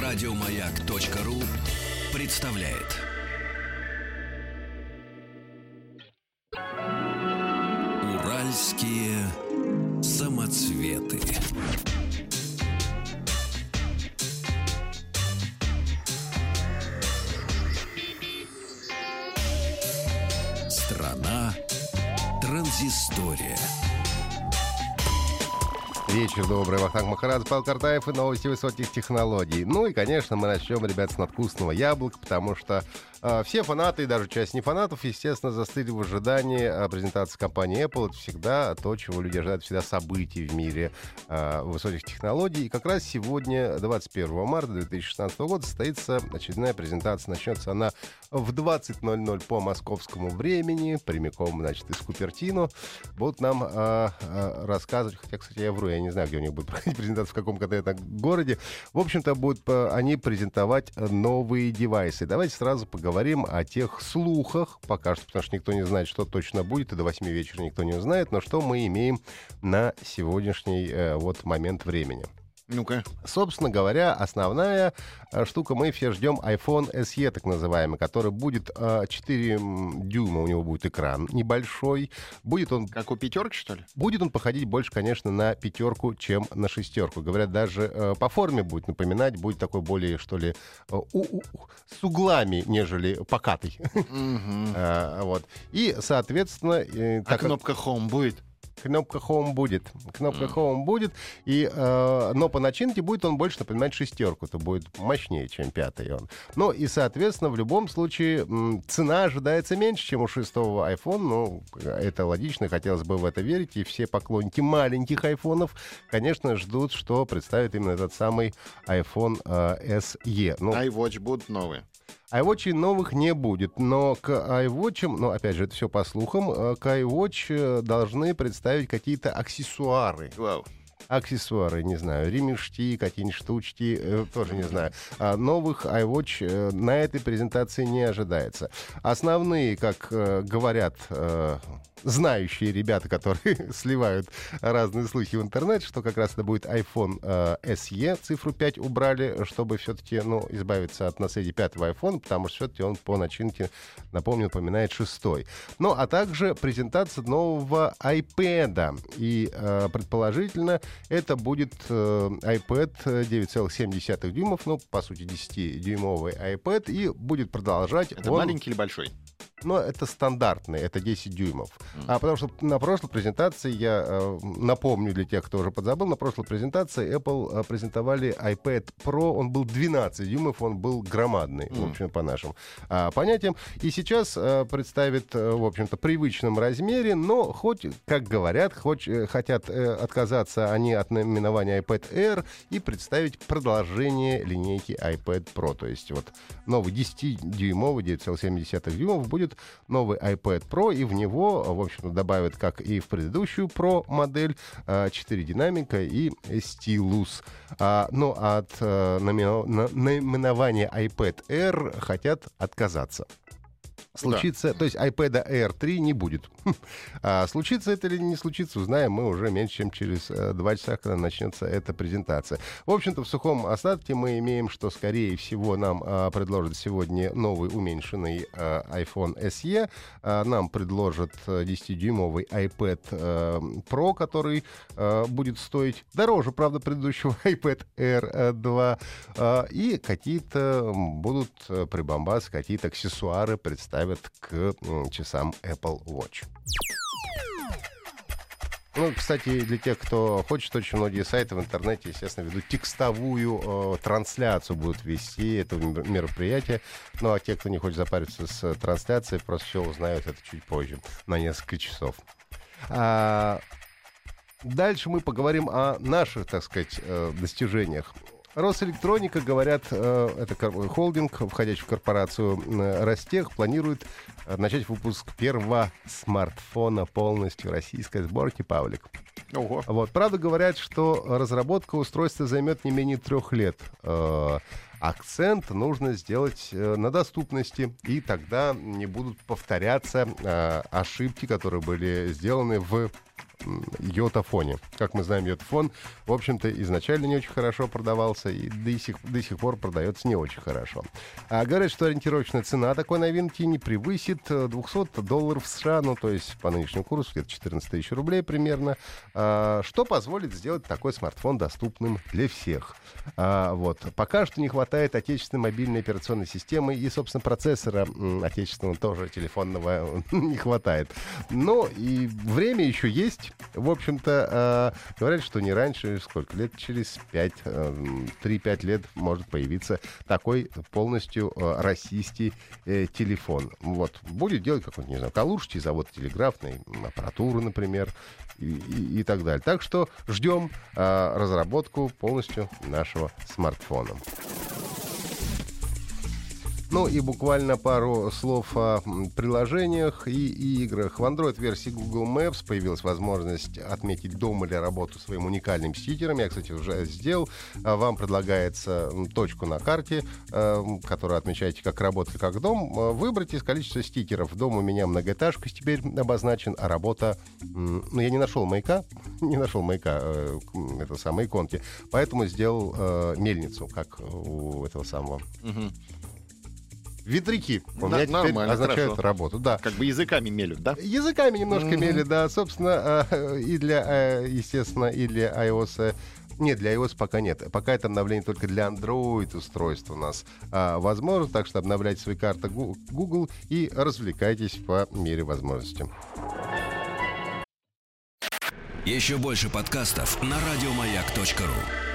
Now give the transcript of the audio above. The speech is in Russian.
Радиомаяк.ру представляет. Уральские самоцветы. Страна транзистория. Вечер добрый. Вахтанг Махарадзе, Павел Картаев и новости высоких технологий. Ну и, конечно, мы начнем, ребят, с надкусного яблока, потому что все фанаты, и даже часть не фанатов, естественно, застыли в ожидании презентации компании Apple. Это всегда то, чего люди ожидают, всегда событий в мире высоких технологий. И как раз сегодня, 21 марта 2016 года, состоится очередная презентация. Начнется она в 20:00 по московскому времени, прямиком, значит, из Купертино. Будут нам рассказывать, хотя, кстати, я вру, я не знаю, где у них будет проходить презентация, в каком конкретно городе. В общем-то, будут они презентовать новые девайсы. Давайте сразу поговорим о тех слухах, пока что, потому что никто не знает, что точно будет, и до 8 вечера никто не узнает, но что мы имеем на сегодняшний момент времени. Ну-ка. Собственно говоря, основная штука, мы все ждем iPhone SE, так называемый, который будет 4 дюйма, у него будет экран небольшой. Будет он... Как у пятерки, что ли? Будет он походить больше, конечно, на пятерку, чем на шестерку. Говорят, даже по форме будет напоминать, будет такой более, что ли, с углами, нежели покатый. Вот. И, соответственно... кнопка Home будет? Кнопка Home будет. Но по начинке будет он больше напоминать шестерку. Это будет мощнее, чем пятый он. Ну и, соответственно, в любом случае цена ожидается меньше, чем у шестого iPhone. Ну, это логично, хотелось бы в это верить. И все поклонники маленьких айфонов, конечно, ждут, что представит именно этот самый iPhone SE. Ну, iWatch будут новые. iWatch новых не будет, но к iWatch, опять же, это все по слухам, к iWatch должны представить какие-то аксессуары. Вау. Аксессуары, не знаю, ремешки, какие-нибудь штучки, тоже не знаю. Новых iWatch на этой презентации не ожидается. Основные, как говорят знающие ребята, которые сливают разные слухи в интернет, что как раз это будет iPhone SE, цифру 5 убрали, чтобы все-таки, избавиться от наследия пятого iPhone, потому что все-таки он по начинке, напомню, напоминает шестой. Ну, а также презентация нового iPad. И предположительно, это будет iPad 9,7 дюймов, по сути, 10-дюймовый iPad, и будет продолжать... Это маленький или большой? Но это стандартный, это 10 дюймов. Потому что на прошлой презентации, я напомню для тех, кто уже подзабыл, на прошлой презентации Apple презентовали iPad Pro, он был 12 дюймов, он был громадный, в общем, по нашим понятиям. И сейчас представит, в общем-то, привычном размере, но хоть, как говорят, хотят отказаться они от наименования iPad Air и представить продолжение линейки iPad Pro. То есть вот новый 10-дюймовый, 9,7 дюймов будет новый iPad Pro, и в него, в общем-то, добавят, как и в предыдущую Pro модель, 4 динамика и стилус. Но от наименования iPad Air хотят отказаться. Случится, то есть iPad Air 3 не будет. Случится это или не случится, узнаем мы уже меньше, чем через 2 часа, когда начнется эта презентация. В общем-то, в сухом остатке мы имеем, что, скорее всего, нам предложат сегодня новый уменьшенный iPhone SE. Нам предложат 10-дюймовый iPad Pro, который будет стоить дороже, правда, предыдущего iPad Air 2. И какие-то будут прибамбасы, какие-то аксессуары представить к часам Apple Watch. Кстати, для тех, кто хочет, очень многие сайты в интернете, естественно, ведут текстовую трансляцию, будут вести это мероприятие. Ну, а те, кто не хочет запариться с трансляцией, просто все узнают это чуть позже, на несколько часов. Дальше мы поговорим о наших, так сказать, достижениях. Росэлектроника, говорят, это холдинг, входящий в корпорацию Ростех, планирует начать выпуск первого смартфона полностью российской сборки, Павлик. Ого. Вот. Правда, говорят, что разработка устройства займет не менее 3 лет. Акцент нужно сделать на доступности, и тогда не будут повторяться ошибки, которые были сделаны в йотафоне. Как мы знаем, йотафон, в общем-то, изначально не очень хорошо продавался и до сих пор продается не очень хорошо. Говорят, что ориентировочная цена такой новинки не превысит $200 США, ну, то есть по нынешнему курсу где-то 14 тысяч рублей примерно, что позволит сделать такой смартфон доступным для всех. Вот. Пока что не хватает отечественной мобильной операционной системы и, собственно, процессора отечественного тоже телефонного не хватает. Но и время еще есть. В общем-то, говорят, что не раньше, сколько лет, через 3-5 лет может появиться такой полностью российский телефон. Вот. Будет делать какой-нибудь, не знаю, Калужский завод телеграфной аппаратуры, например, и так далее. Так что ждем разработку полностью нашего смартфона. Ну и буквально пару слов о приложениях и играх. В Android-версии Google Maps появилась возможность отметить дом или работу своим уникальным стикером. Я, кстати, уже сделал. Вам предлагается точку на карте, которую отмечаете как работа, как дом. Выбрать из количества стикеров. Дом у меня многоэтажка теперь обозначен, а работа... Ну, я не нашел маяка, это самой иконки, поэтому сделал мельницу, как у этого самого... Ветряки у меня теперь означают хорошо. Работу. Да. Как бы языками мелют, да? Языками немножко мелют, да. Собственно, и для, естественно, и для iOS... Нет, для iOS пока нет. Пока это обновление только для Android устройств у нас возможно. Так что обновляйте свои карты Google и развлекайтесь по мере возможности. Еще больше подкастов на радиомаяк.ру.